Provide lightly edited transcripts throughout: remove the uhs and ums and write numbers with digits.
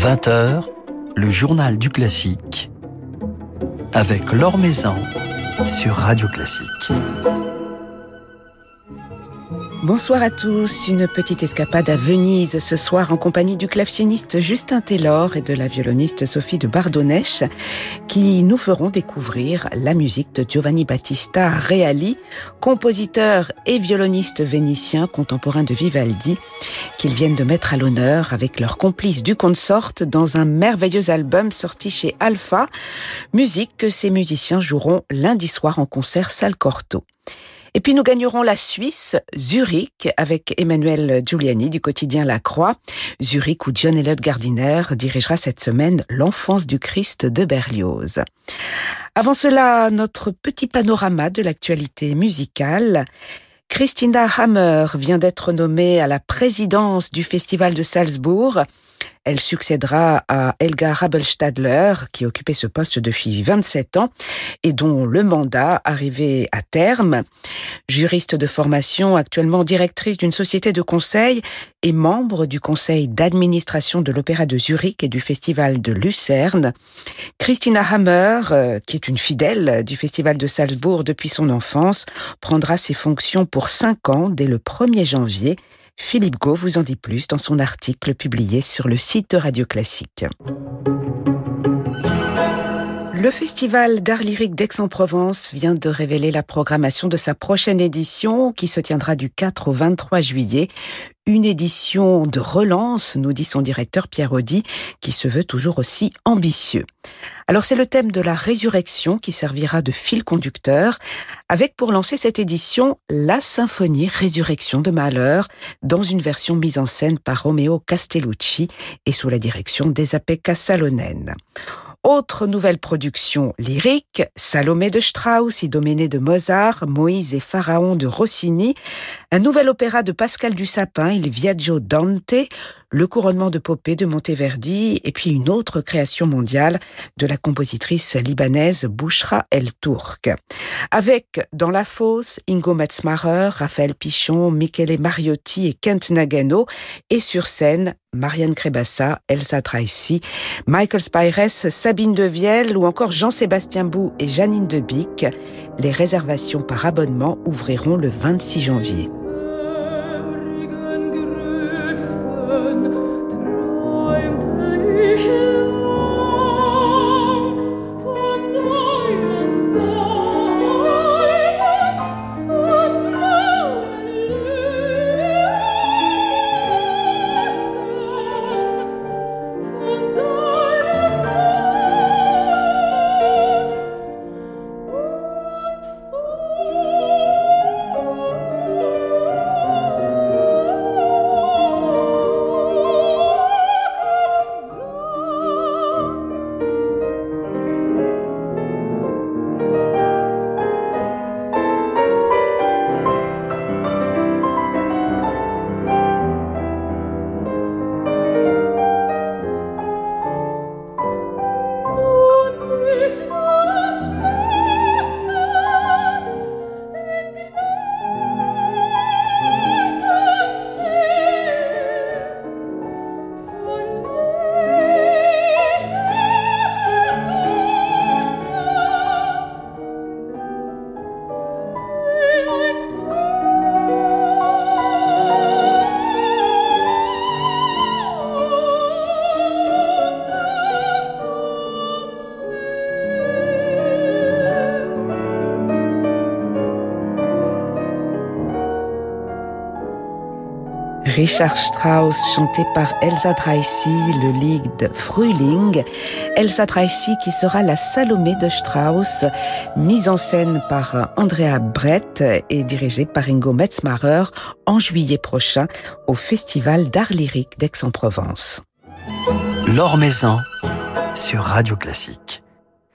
20h, le journal du classique avec Laure Maison sur Radio Classique. Bonsoir à tous, une petite escapade à Venise ce soir en compagnie du claveciniste Justin Taylor et de la violoniste Sophie de Bardonèche qui nous feront découvrir la musique de Giovanni Battista Reali, compositeur et violoniste vénitien contemporain de Vivaldi, qu'ils viennent de mettre à l'honneur avec leurs complices du consort dans un merveilleux album sorti chez Alpha, musique que ces musiciens joueront lundi soir en concert Salle Cortot. Et puis nous gagnerons la Suisse, Zurich, avec Emmanuel Giuliani du quotidien La Croix. Zurich où John Eliot Gardiner dirigera cette semaine l'Enfance du Christ de Berlioz. Avant cela, notre petit panorama de l'actualité musicale. Christina Hammer vient d'être nommée à la présidence du Festival de Salzbourg. Elle succédera à Helga Rabelstadler, qui occupait ce poste depuis 27 ans et dont le mandat arrivait à terme. Juriste de formation, actuellement directrice d'une société de conseil et membre du conseil d'administration de l'Opéra de Zurich et du Festival de Lucerne, Christina Hammer, qui est une fidèle du Festival de Salzbourg depuis son enfance, prendra ses fonctions pour 5 ans dès le 1er janvier. Philippe Gau vous en dit plus dans son article publié sur le site de Radio Classique. Le Festival d'art lyrique d'Aix-en-Provence vient de révéler la programmation de sa prochaine édition qui se tiendra du 4 au 23 juillet. Une édition de relance, nous dit son directeur Pierre Audy, qui se veut toujours aussi ambitieux. Alors c'est le thème de la résurrection qui servira de fil conducteur, avec pour lancer cette édition la symphonie Résurrection de Mahler, dans une version mise en scène par Romeo Castellucci et sous la direction d'Esa-Pekka Salonen. Autre nouvelle production lyrique, Salomé de Strauss, Idoménée de Mozart, Moïse et Pharaon de Rossini, un nouvel opéra de Pascal Dussapin, Il Viaggio Dante, le couronnement de Popée de Monteverdi, et puis une autre création mondiale de la compositrice libanaise Bouchra El Tourk. Avec, dans la fosse, Ingo Metzmacher, Raphaël Pichon, Michele Mariotti et Kent Nagano, et sur scène, Marianne Crébassa, Elsa Tracy, Michael Spires, Sabine Devielle ou encore Jean-Sébastien Bou et Janine Debic. Les réservations par abonnement ouvriront le 26 janvier. Richard Strauss, chanté par Elsa Tracy, le Lied Frühling. Elsa Tracy qui sera la Salomé de Strauss, mise en scène par Andrea Brett et dirigée par Ingo Metzmacher en juillet prochain au Festival d'art lyrique d'Aix-en-Provence. Laure Maison sur Radio Classique.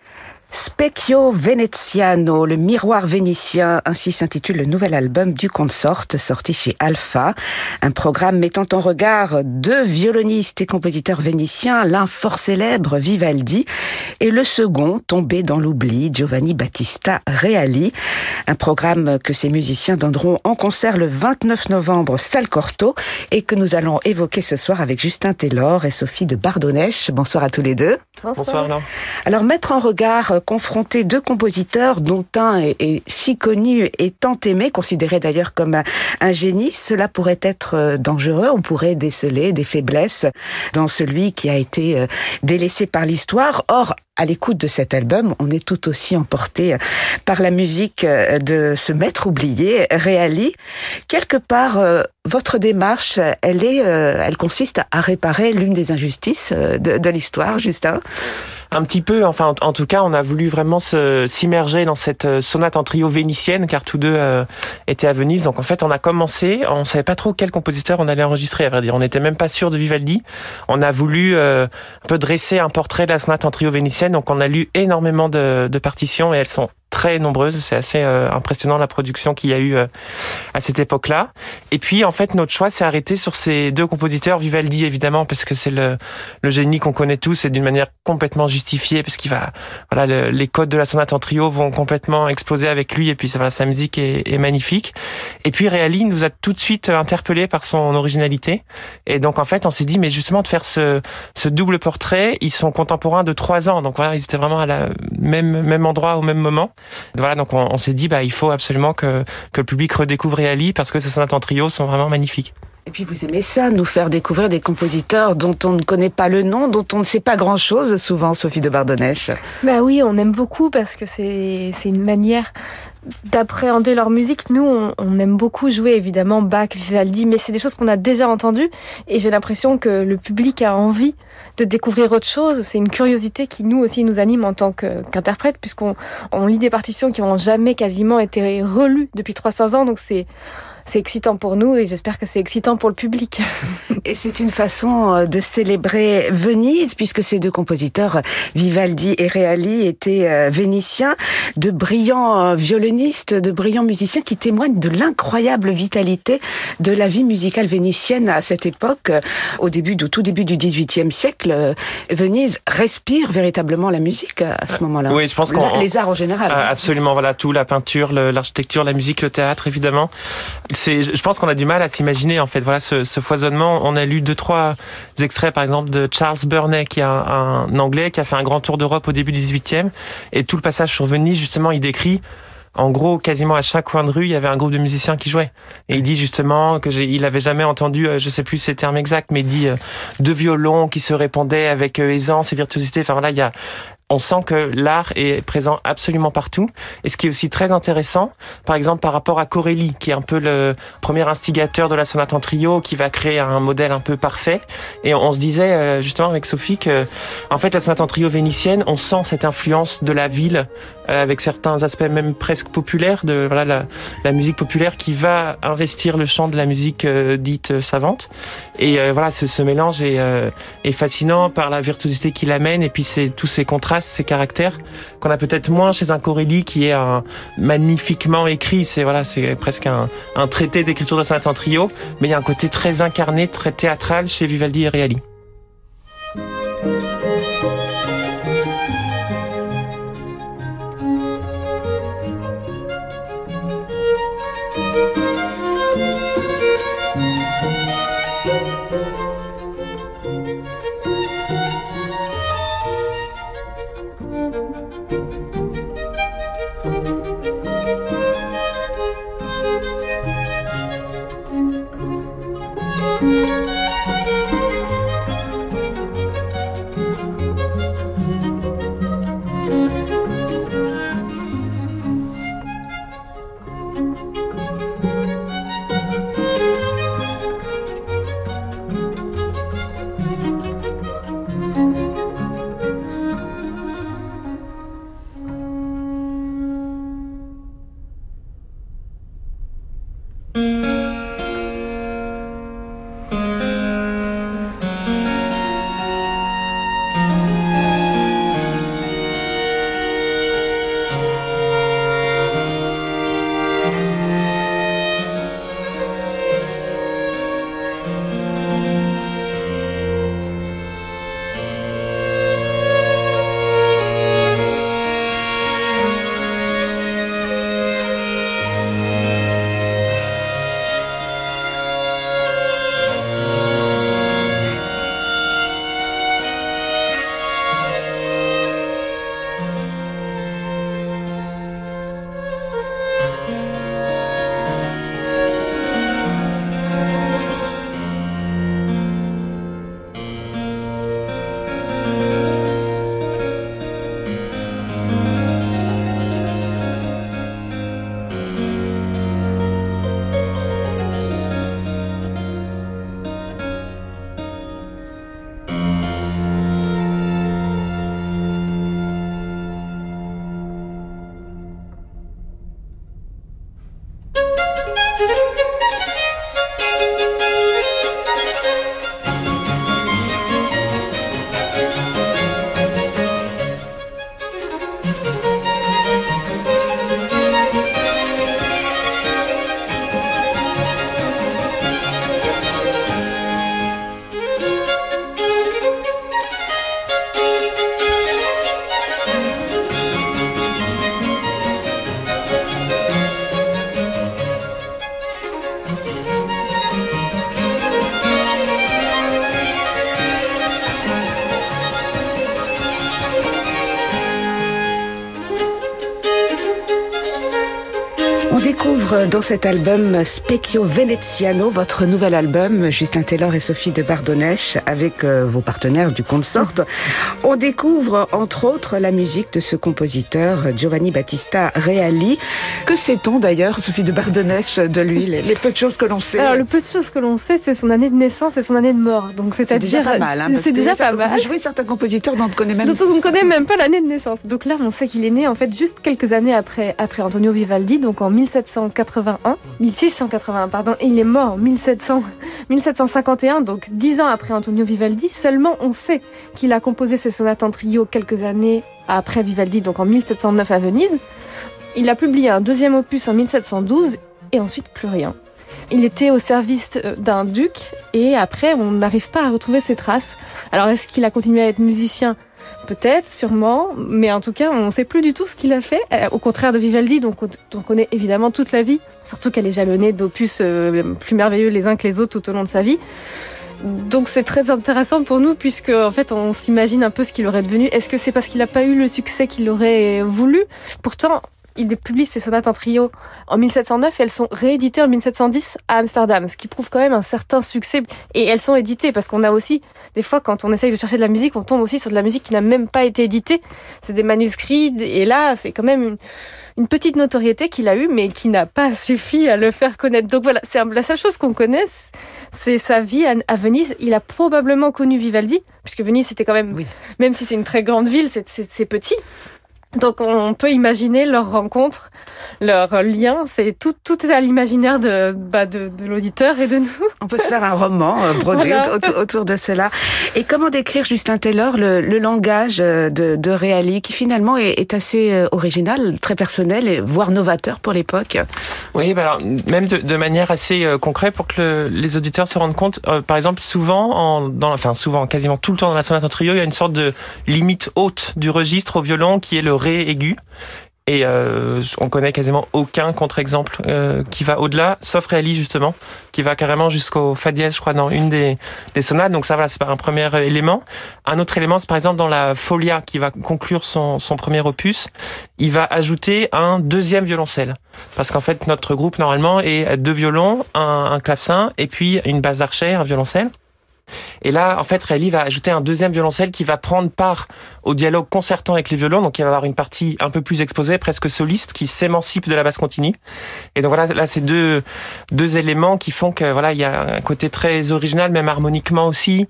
Specchio Veneziano, le miroir vénitien, ainsi s'intitule le nouvel album du consort, sorti chez Alpha. Un programme mettant en regard deux violonistes et compositeurs vénitiens, l'un fort célèbre, Vivaldi, et le second, tombé dans l'oubli, Giovanni Battista Reali. Un programme que ces musiciens donneront en concert le 29 novembre, salle Cortot, et que nous allons évoquer ce soir avec Justin Taylor et Sophie de Bardonèche. Bonsoir à tous les deux. Bonsoir. Alors, mettre en regard, confronter deux compositeurs dont un est si connu et tant aimé, considéré d'ailleurs comme un génie, cela pourrait être dangereux. On pourrait déceler des faiblesses dans celui qui a été délaissé par l'histoire. Or, à l'écoute de cet album, on est tout aussi emporté par la musique de ce maître oublié, Reali. Quelque part, votre démarche, elle consiste à réparer l'une des injustices de l'histoire, Justin. Un petit peu, enfin en tout cas, on a voulu vraiment s'immerger dans cette sonate en trio vénitienne, car tous deux étaient à Venise. Donc en fait, on a commencé, on savait pas trop quel compositeur on allait enregistrer, à vrai dire. On n'était même pas sûr de Vivaldi. On a voulu un peu dresser un portrait de la sonate en trio vénitienne. Donc on a lu énormément de partitions et elles sont très nombreuses. C'est assez impressionnant la production qu'il y a eu à cette époque-là. Et puis en fait, notre choix s'est arrêté sur ces deux compositeurs. Vivaldi évidemment, parce que c'est le génie qu'on connaît tous et d'une manière complètement justifiée, parce qu'il va, voilà, les codes de la sonate en trio vont complètement exploser avec lui. Et puis voilà, sa musique est magnifique. Et puis Reali nous a tout de suite interpellés par son originalité. Et donc en fait, on s'est dit, mais justement de faire ce double portrait, ils sont contemporains de 3 ans. Donc voilà, ils étaient vraiment à la même endroit au même moment. Voilà, donc on s'est dit, il faut absolument que le public redécouvre Reali, parce que ces sonates en trio sont vraiment magnifiques. Et puis vous aimez ça, nous faire découvrir des compositeurs dont on ne connaît pas le nom, dont on ne sait pas grand-chose, souvent, Sophie de Bardonèche. Oui, on aime beaucoup parce que c'est une manière d'appréhender leur musique. Nous, on aime beaucoup jouer, évidemment, Bach, Vivaldi, mais c'est des choses qu'on a déjà entendues et j'ai l'impression que le public a envie de découvrir autre chose. C'est une curiosité qui, nous aussi, nous anime en tant qu'interprète, puisqu'on lit des partitions qui n'ont jamais quasiment été relues depuis 300 ans, donc c'est excitant pour nous et j'espère que c'est excitant pour le public. Et c'est une façon de célébrer Venise, puisque ces deux compositeurs, Vivaldi et Reali, étaient vénitiens, de brillants violonistes, de brillants musiciens qui témoignent de l'incroyable vitalité de la vie musicale vénitienne à cette époque. Au tout début du XVIIIe siècle, Venise respire véritablement la musique à ce moment-là. Oui, je pense les arts en général. Absolument, voilà, tout, la peinture, l'architecture, la musique, le théâtre, évidemment. Je pense qu'on a du mal à s'imaginer en fait, voilà, ce foisonnement. On a lu 2-3 extraits par exemple de Charles Burney, qui est un Anglais qui a fait un grand tour d'Europe au début du 18e, et tout le passage sur Venise justement, il décrit en gros quasiment à chaque coin de rue il y avait un groupe de musiciens qui jouaient, et il dit justement il avait jamais entendu, je sais plus ces termes exacts, mais il dit deux violons qui se répondaient avec aisance et virtuosité. Enfin voilà, on sent que l'art est présent absolument partout. Et ce qui est aussi très intéressant, par exemple par rapport à Corelli, qui est un peu le premier instigateur de la sonate en trio, qui va créer un modèle un peu parfait. Et on se disait justement avec Sophie que, en fait, la sonate en trio vénitienne, on sent cette influence de la ville, avec certains aspects même presque populaires, de voilà la musique populaire qui va investir le champ de la musique dite savante. Et voilà, ce mélange est fascinant par la virtuosité qu'il amène, et puis c'est tous ces contrastes, ces caractères qu'on a peut-être moins chez un Corelli, qui est magnifiquement écrit. C'est presque un traité d'écriture de sonate en trio, mais il y a un côté très incarné, très théâtral chez Vivaldi et Reali. On découvre dans cet album Specchio Veneziano, votre nouvel album, Justin Taylor et Sophie de Bardonèche, avec vos partenaires du Consort. On découvre entre autres la musique de ce compositeur Giovanni Battista Reali. Que sait-on d'ailleurs, Sophie de Bardonèche, de lui, les peu de choses que l'on sait? Alors le peu de choses que l'on sait, c'est son année de naissance et son année de mort. Donc c'est déjà pas mal. C'est déjà pas mal. Vous jouez certains compositeurs dont on ne connaît même dont on ne connaît même pas l'année de naissance. Donc là, on sait qu'il est né en fait juste quelques années après Antonio Vivaldi, donc en 1681, pardon, et il est mort en 1751, donc 10 ans après Antonio Vivaldi. Seulement, on sait qu'il a composé ses sonates en trio quelques années après Vivaldi, donc en 1709 à Venise. Il a publié un deuxième opus en 1712 et ensuite plus rien. Il était au service d'un duc et après, on n'arrive pas à retrouver ses traces. Alors, est-ce qu'il a continué à être musicien ? Peut-être, sûrement, mais en tout cas, on ne sait plus du tout ce qu'il a fait. Au contraire de Vivaldi, dont on connaît évidemment toute la vie, surtout qu'elle est jalonnée d'opus plus merveilleux les uns que les autres tout au long de sa vie. Donc c'est très intéressant pour nous, puisque en fait, on s'imagine un peu ce qu'il aurait devenu. Est-ce que c'est parce qu'il n'a pas eu le succès qu'il aurait voulu ? Pourtant, il publie ses sonates en trio en 1709 et elles sont rééditées en 1710 à Amsterdam, ce qui prouve quand même un certain succès. Et elles sont éditées parce qu'on a aussi, des fois, quand on essaye de chercher de la musique, on tombe aussi sur de la musique qui n'a même pas été éditée. C'est des manuscrits et là, c'est quand même une petite notoriété qu'il a eue, mais qui n'a pas suffi à le faire connaître. Donc voilà, c'est la seule chose qu'on connaisse, c'est sa vie à Venise. Il a probablement connu Vivaldi, puisque Venise, c'était quand même, même si c'est une très grande ville, c'est petit. Donc on peut imaginer leur rencontre, leur lien, tout est à l'imaginaire de l'auditeur et de nous. On peut se faire un roman brodé autour de cela. Et comment décrire, Justin Taylor, le langage de Reali, qui finalement est assez original, très personnel, voire novateur pour l'époque? Oui, alors, même de manière assez concrète pour que les auditeurs se rendent compte. Par exemple, souvent, quasiment tout le temps dans la sonate en trio, il y a une sorte de limite haute du registre au violon qui est le ré aigu. Et on connaît quasiment aucun contre-exemple qui va au-delà, sauf Reali justement, qui va carrément jusqu'au fa dièse, je crois, dans une des sonates. Donc ça, voilà, c'est pas un premier élément. Un autre élément, c'est par exemple dans la Folia, qui va conclure son premier opus, il va ajouter un deuxième violoncelle. Parce qu'en fait, notre groupe, normalement, est 2 violons, un clavecin, et puis une basse d'archet, un violoncelle. Et là, en fait, Reali va ajouter un deuxième violoncelle qui va prendre part au dialogue concertant avec les violons. Donc, il va y avoir une partie un peu plus exposée, presque soliste, qui s'émancipe de la basse continue. Et donc, voilà, là, c'est deux éléments qui font que, voilà, il y a un côté très original, même harmoniquement aussi.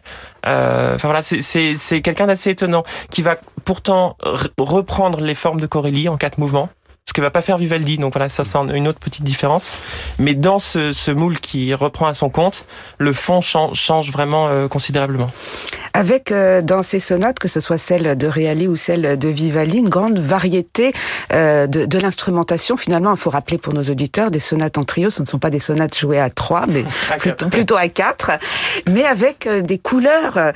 Voilà, c'est quelqu'un d'assez étonnant, qui va pourtant reprendre les formes de Corelli en 4 mouvements. Ce que va pas faire Vivaldi, donc voilà, ça c'est une autre petite différence. Mais dans ce moule qui reprend à son compte, le fond change vraiment considérablement. Avec dans ces sonates, que ce soit celle de Reali ou celle de Vivaldi, une grande variété de l'instrumentation. Finalement, il faut rappeler pour nos auditeurs, des sonates en trio, ce ne sont pas des sonates jouées à 3, mais plutôt à 4, mais avec des couleurs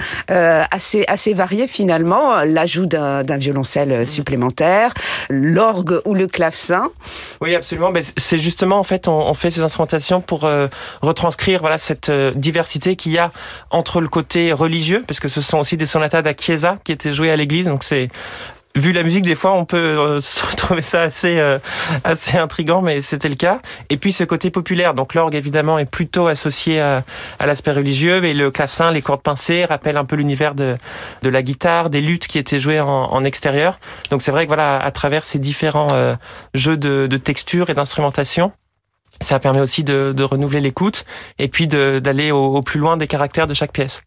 assez variées finalement. L'ajout d'un violoncelle supplémentaire, l'orgue ou le clavecin. Oui, absolument. Mais c'est justement, en fait, on fait ces instrumentations pour retranscrire, voilà, cette diversité qu'il y a entre le côté religieux, parce que ce sont aussi des sonatas da chiesa qui étaient jouées à l'église, donc c'est... Vu la musique, des fois, on peut trouver ça assez intriguant, mais c'était le cas. Et puis, ce côté populaire. Donc, l'orgue, évidemment, est plutôt associé à l'aspect religieux. Et le clavecin, les cordes pincées, rappellent un peu l'univers de la guitare, des luths qui étaient joués en extérieur. Donc, c'est vrai que, voilà, à travers ces différents jeux de texture et d'instrumentation, ça permet aussi de renouveler l'écoute et puis d'aller au plus loin des caractères de chaque pièce.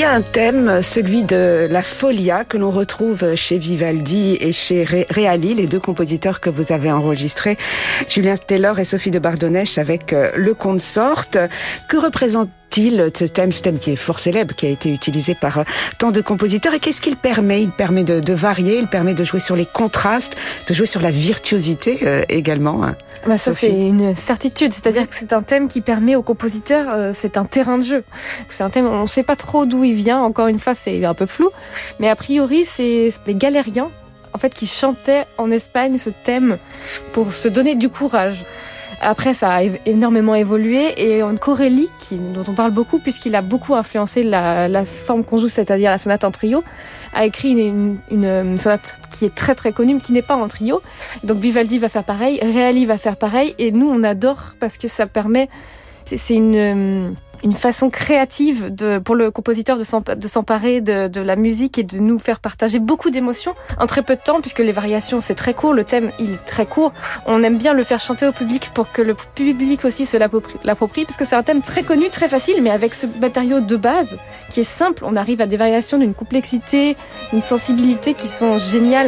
y a un thème, celui de la Folia, que l'on retrouve chez Vivaldi et chez Reali, les deux compositeurs que vous avez enregistrés, Julien Taylor et Sophie de Bardonèche, avec le consort. Que représente ce thème qui est fort célèbre, qui a été utilisé par tant de compositeurs, et qu'est-ce qu'il permet? Il permet de varier, il permet de jouer sur les contrastes, de jouer sur la virtuosité également. Ça c'est une certitude, c'est-à-dire que c'est un thème qui permet aux compositeurs, c'est un terrain de jeu. C'est un thème, on ne sait pas trop d'où il vient, encore une fois c'est un peu flou, mais a priori c'est les galériens en fait qui chantaient en Espagne ce thème pour se donner du courage. Après, ça a énormément évolué et Corelli, dont on parle beaucoup puisqu'il a beaucoup influencé la forme qu'on joue, c'est-à-dire la sonate en trio, a écrit une sonate qui est très très connue mais qui n'est pas en trio. Donc Vivaldi va faire pareil, Reali va faire pareil et nous on adore parce que ça permet, c'est une façon créative pour le compositeur de s'emparer de la musique et de nous faire partager beaucoup d'émotions en très peu de temps, puisque les variations c'est très court, le thème il est très court. On aime bien le faire chanter au public pour que le public aussi se l'approprie, parce que c'est un thème très connu, très facile, mais avec ce matériau de base qui est simple, on arrive à des variations d'une complexité, d'une sensibilité qui sont géniales.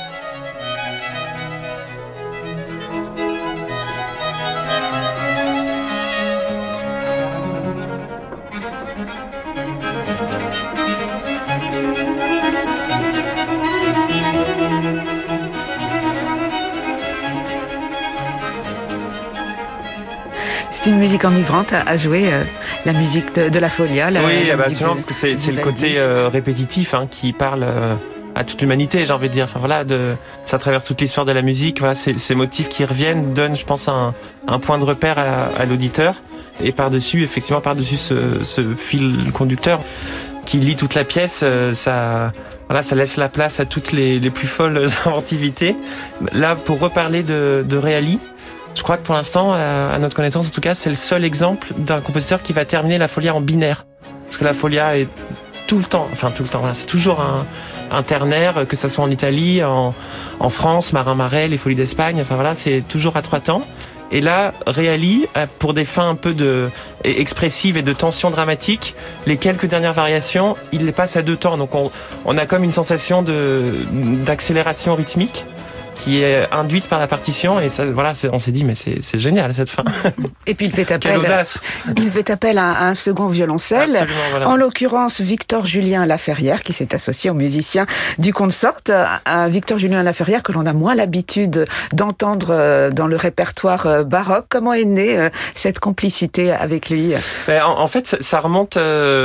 C'est une musique enivrante à jouer, la musique de la Folia. Oui, absolument, parce que c'est le côté répétitif qui parle à toute l'humanité, j'ai envie de dire. Enfin voilà, ça traverse toute l'histoire de la musique. Voilà, ces motifs qui reviennent donnent, je pense, un point de repère à l'auditeur. Et par-dessus ce fil conducteur qui lie toute la pièce, ça laisse la place à toutes les plus folles inventivités. Là, pour reparler de Reali, je crois que pour l'instant, à notre connaissance en tout cas, c'est le seul exemple d'un compositeur qui va terminer la Folia en binaire. Parce que la Folia est tout le temps, voilà, c'est toujours un ternaire, que ça soit en Italie, en France, Marin-Marais, les Folies d'Espagne, enfin voilà, c'est toujours à 3 temps. Et là, Reali, pour des fins un peu expressives et de tension dramatique, les quelques dernières variations, il les passe à 2 temps. Donc on a comme une sensation d'accélération rythmique qui est induite par la partition, et ça, voilà, on s'est dit mais c'est génial cette fin. Et puis il fait appel à un second violoncelle. Absolument, voilà. En l'occurrence Victor Julien Laferrière, qui s'est associé aux musiciens du consort, un Victor Julien Laferrière que l'on a moins l'habitude d'entendre dans le répertoire baroque. Comment est née cette complicité avec lui? En fait, ça remonte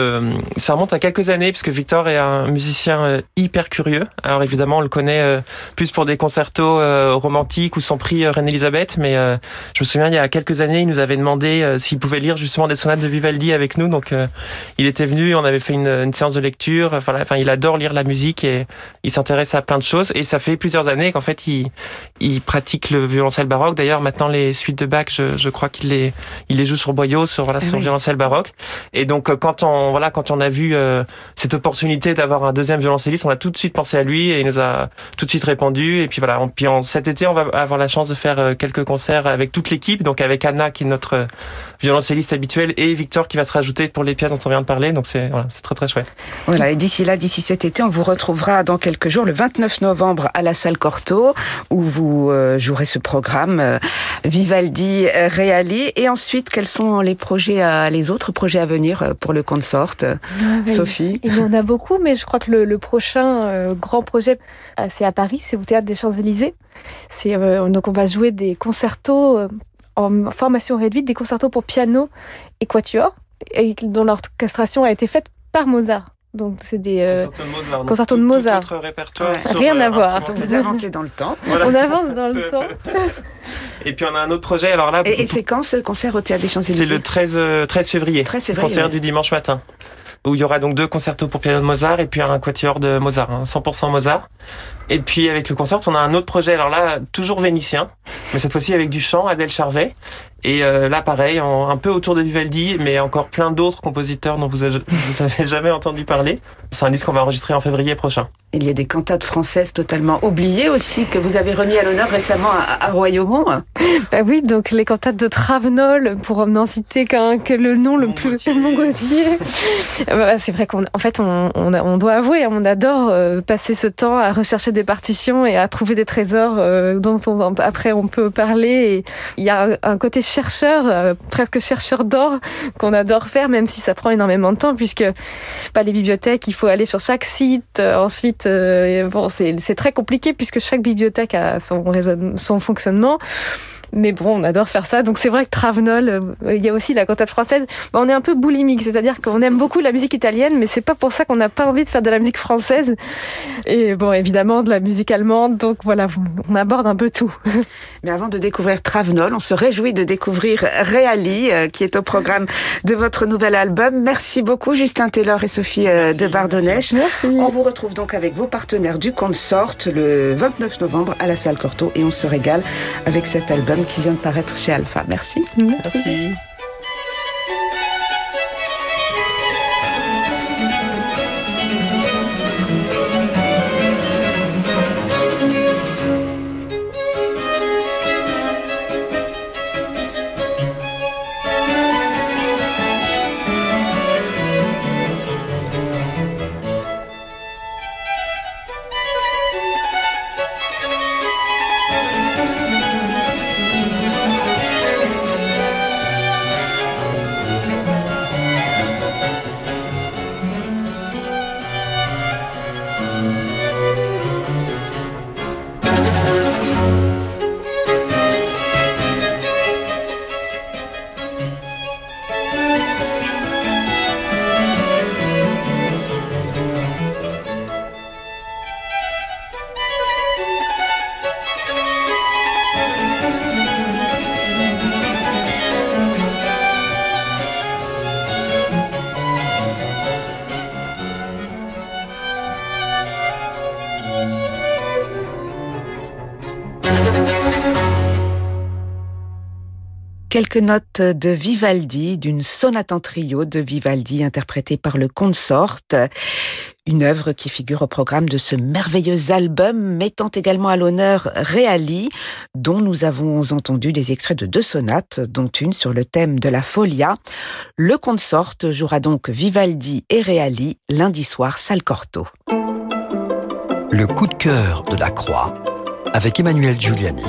à quelques années, parce que Victor est un musicien hyper curieux. Alors évidemment, on le connaît plus pour des concertos romantiques ou son prix Reine-Élisabeth, mais je me souviens, il y a quelques années, il nous avait demandé s'il pouvait lire justement des sonates de Vivaldi avec nous. Donc il était venu, on avait fait une séance de lecture. Enfin, il adore lire la musique et il s'intéresse à plein de choses. Et ça fait plusieurs années qu'en fait, il pratique le violoncelle baroque. D'ailleurs, maintenant, les suites de Bach, je crois qu'il les joue sur boyau, sur violoncelle baroque. Et donc, quand on a vu cette opportunité d'avoir un deuxième violoncelliste, on a tout de suite pensé à lui et il nous a tout de suite répondu. Et puis voilà. Puis cet été, on va avoir la chance de faire quelques concerts avec toute l'équipe, donc avec Anna qui est notre violoncelliste habituelle et Victor qui va se rajouter pour les pièces dont on vient de parler. Donc c'est très très chouette. Voilà, et d'ici cet été, on vous retrouvera dans quelques jours, le 29 novembre à la salle Cortot, où vous jouerez ce programme Vivaldi, Reali. Et ensuite, quels sont les autres projets à venir pour le consort, Sophie? Il y en a beaucoup, mais je crois que le prochain grand projet, c'est à Paris, c'est au Théâtre des Champs-Élysées. Donc on va jouer des concertos en formation réduite, des concertos pour piano et quatuor, et dont l'orchestration a été faite par Mozart. Donc c'est des concertos de Mozart. Tout autre répertoire. Rien à voir. Vous avancez dans le temps. Voilà. On avance dans le temps. Et puis on a un autre projet. Alors là, et c'est quand ce concert au Théâtre des Champs-Élysées? C'est le 13 février. Concert du dimanche matin, où il y aura donc 2 concertos pour piano de Mozart et puis un quatuor de Mozart, 100% Mozart. Et puis avec le Consort, on a un autre projet, alors là, toujours vénitien, mais cette fois-ci avec du chant, Adèle Charvet. Et là, pareil, un peu autour de Vivaldi, mais encore plein d'autres compositeurs dont vous avez jamais entendu parler. C'est un disque qu'on va enregistrer en février prochain. Il y a des cantates françaises totalement oubliées aussi, que vous avez remis à l'honneur récemment à Royaumont. Oui, donc les cantates de Travnol, pour n'en citer que le nom le plus Montgaudier. C'est vrai qu'en fait, on doit avouer, on adore passer ce temps à rechercher des partitions et à trouver des trésors dont après on peut parler. Et il y a un côté chercheur, presque chercheur d'or, qu'on adore faire, même si ça prend énormément de temps, puisque les bibliothèques, il faut aller sur chaque site. Ensuite, c'est très compliqué puisque chaque bibliothèque a son fonctionnement. Mais bon, on adore faire ça. Donc c'est vrai que Travnol, il y a aussi la cantate française. On est un peu boulimique, c'est-à-dire qu'on aime beaucoup la musique italienne, mais c'est pas pour ça qu'on n'a pas envie de faire de la musique française. Et bon, évidemment, de la musique allemande. Donc voilà, on aborde un peu tout. Mais avant de découvrir Travnol, on se réjouit de découvrir Reali, qui est au programme de votre nouvel album. Merci beaucoup, Justin Taylor et Sophie de Bardonèche. Merci. On vous retrouve donc avec vos partenaires du Consort le 29 novembre à la Salle Cortot et on se régale avec cet album qui vient de paraître chez Alpha. Merci. Merci. Quelques notes de Vivaldi, d'une sonate en trio de Vivaldi interprétée par le Consort. Une œuvre qui figure au programme de ce merveilleux album, mettant également à l'honneur Reali, dont nous avons entendu des extraits de 2 sonates, dont une sur le thème de la Folia. Le Consort jouera donc Vivaldi et Reali lundi soir, Salle Cortot. Le coup de cœur de la Croix, avec Emmanuelle Giuliani.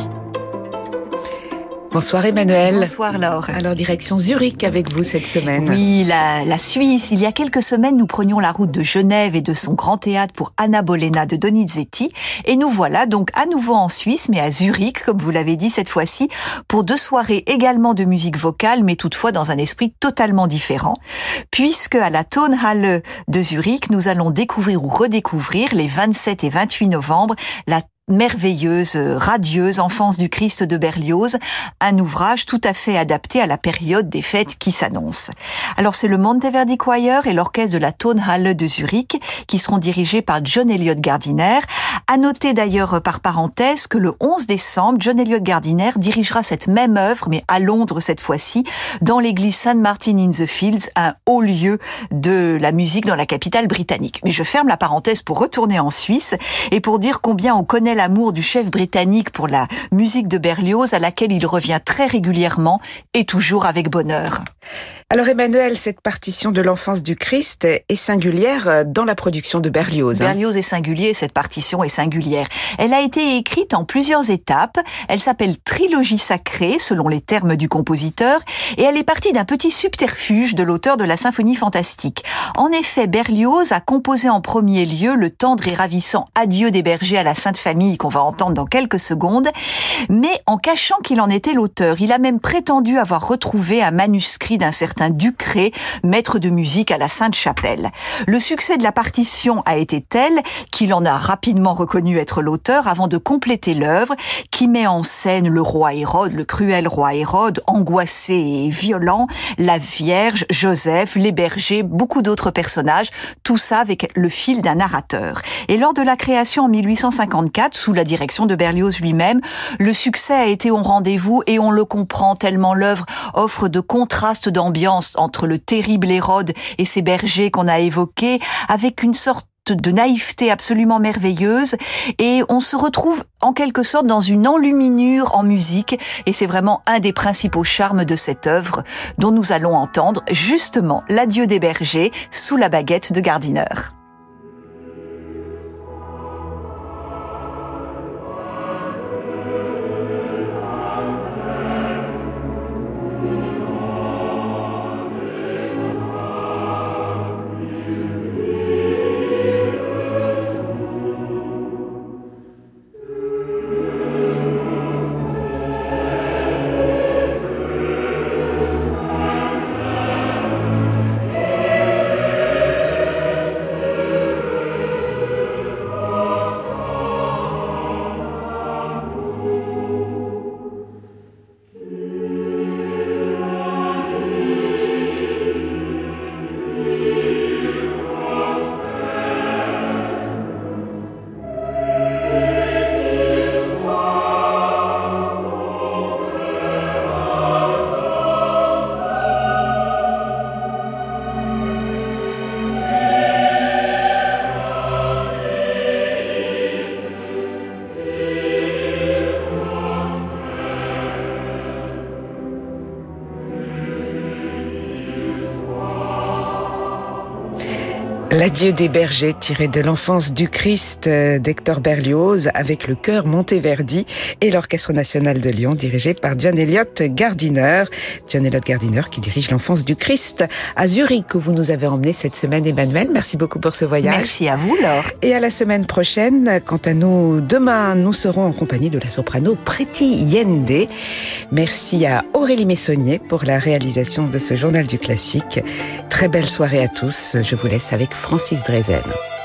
Bonsoir Emmanuelle. Bonsoir Laure. Alors direction Zurich avec vous cette semaine. Oui, la Suisse. Il y a quelques semaines, nous prenions la route de Genève et de son grand théâtre pour Anna Bolena de Donizetti. Et nous voilà donc à nouveau en Suisse, mais à Zurich, comme vous l'avez dit cette fois-ci, pour 2 soirées également de musique vocale, mais toutefois dans un esprit totalement différent. Puisque à la Tonhalle de Zurich, nous allons découvrir ou redécouvrir les 27 et 28 novembre la merveilleuse, radieuse Enfance du Christ de Berlioz, un ouvrage tout à fait adapté à la période des fêtes qui s'annoncent. Alors c'est le Monteverdi Choir et l'orchestre de la Tonhalle de Zurich qui seront dirigés par John Eliot Gardiner. À noter d'ailleurs par parenthèse que le 11 décembre, John Eliot Gardiner dirigera cette même œuvre, mais à Londres cette fois-ci, dans l'église St. Martin in the Fields, un haut lieu de la musique dans la capitale britannique. Mais je ferme la parenthèse pour retourner en Suisse et pour dire combien on connaît l'amour du chef britannique pour la musique de Berlioz, à laquelle il revient très régulièrement et toujours avec bonheur. Alors Emmanuelle, cette partition de l'Enfance du Christ est singulière dans la production de Berlioz. Berlioz est singulier, cette partition est singulière. Elle a été écrite en plusieurs étapes. Elle s'appelle Trilogie sacrée, selon les termes du compositeur, et elle est partie d'un petit subterfuge de l'auteur de la symphonie fantastique. En effet, Berlioz a composé en premier lieu le tendre et ravissant Adieu des bergers à la Sainte Famille, qu'on va entendre dans quelques secondes, mais en cachant qu'il en était l'auteur. Il a même prétendu avoir retrouvé un manuscrit d'un certain certain Ducré, maître de musique à la Sainte-Chapelle. Le succès de la partition a été tel qu'il en a rapidement reconnu être l'auteur avant de compléter l'œuvre qui met en scène le roi Hérode, le cruel roi Hérode, angoissé et violent, la Vierge, Joseph, les bergers, beaucoup d'autres personnages, tout ça avec le fil d'un narrateur. Et lors de la création en 1854, sous la direction de Berlioz lui-même, le succès a été au rendez-vous et on le comprend tellement l'œuvre offre de contrastes d'ambiance entre le terrible Hérode et ses bergers qu'on a évoqués, avec une sorte de naïveté absolument merveilleuse, et on se retrouve en quelque sorte dans une enluminure en musique, et c'est vraiment un des principaux charmes de cette œuvre dont nous allons entendre justement l'adieu des bergers sous la baguette de Gardiner. L'adieu des bergers, tiré de l'enfance du Christ d'Hector Berlioz, avec le chœur Monteverdi et l'Orchestre national de Lyon, dirigé par John Eliot Gardiner. John Eliot Gardiner qui dirige l'enfance du Christ à Zurich, où vous nous avez emmené cette semaine, Emmanuel. Merci beaucoup pour ce voyage. Merci à vous, Laure. Et à la semaine prochaine. Quant à nous, demain, nous serons en compagnie de la soprano Preti Yende. Merci à Aurélie Messonnier pour la réalisation de ce journal du classique. Très belle soirée à tous. Je vous laisse avec Francis Drezel.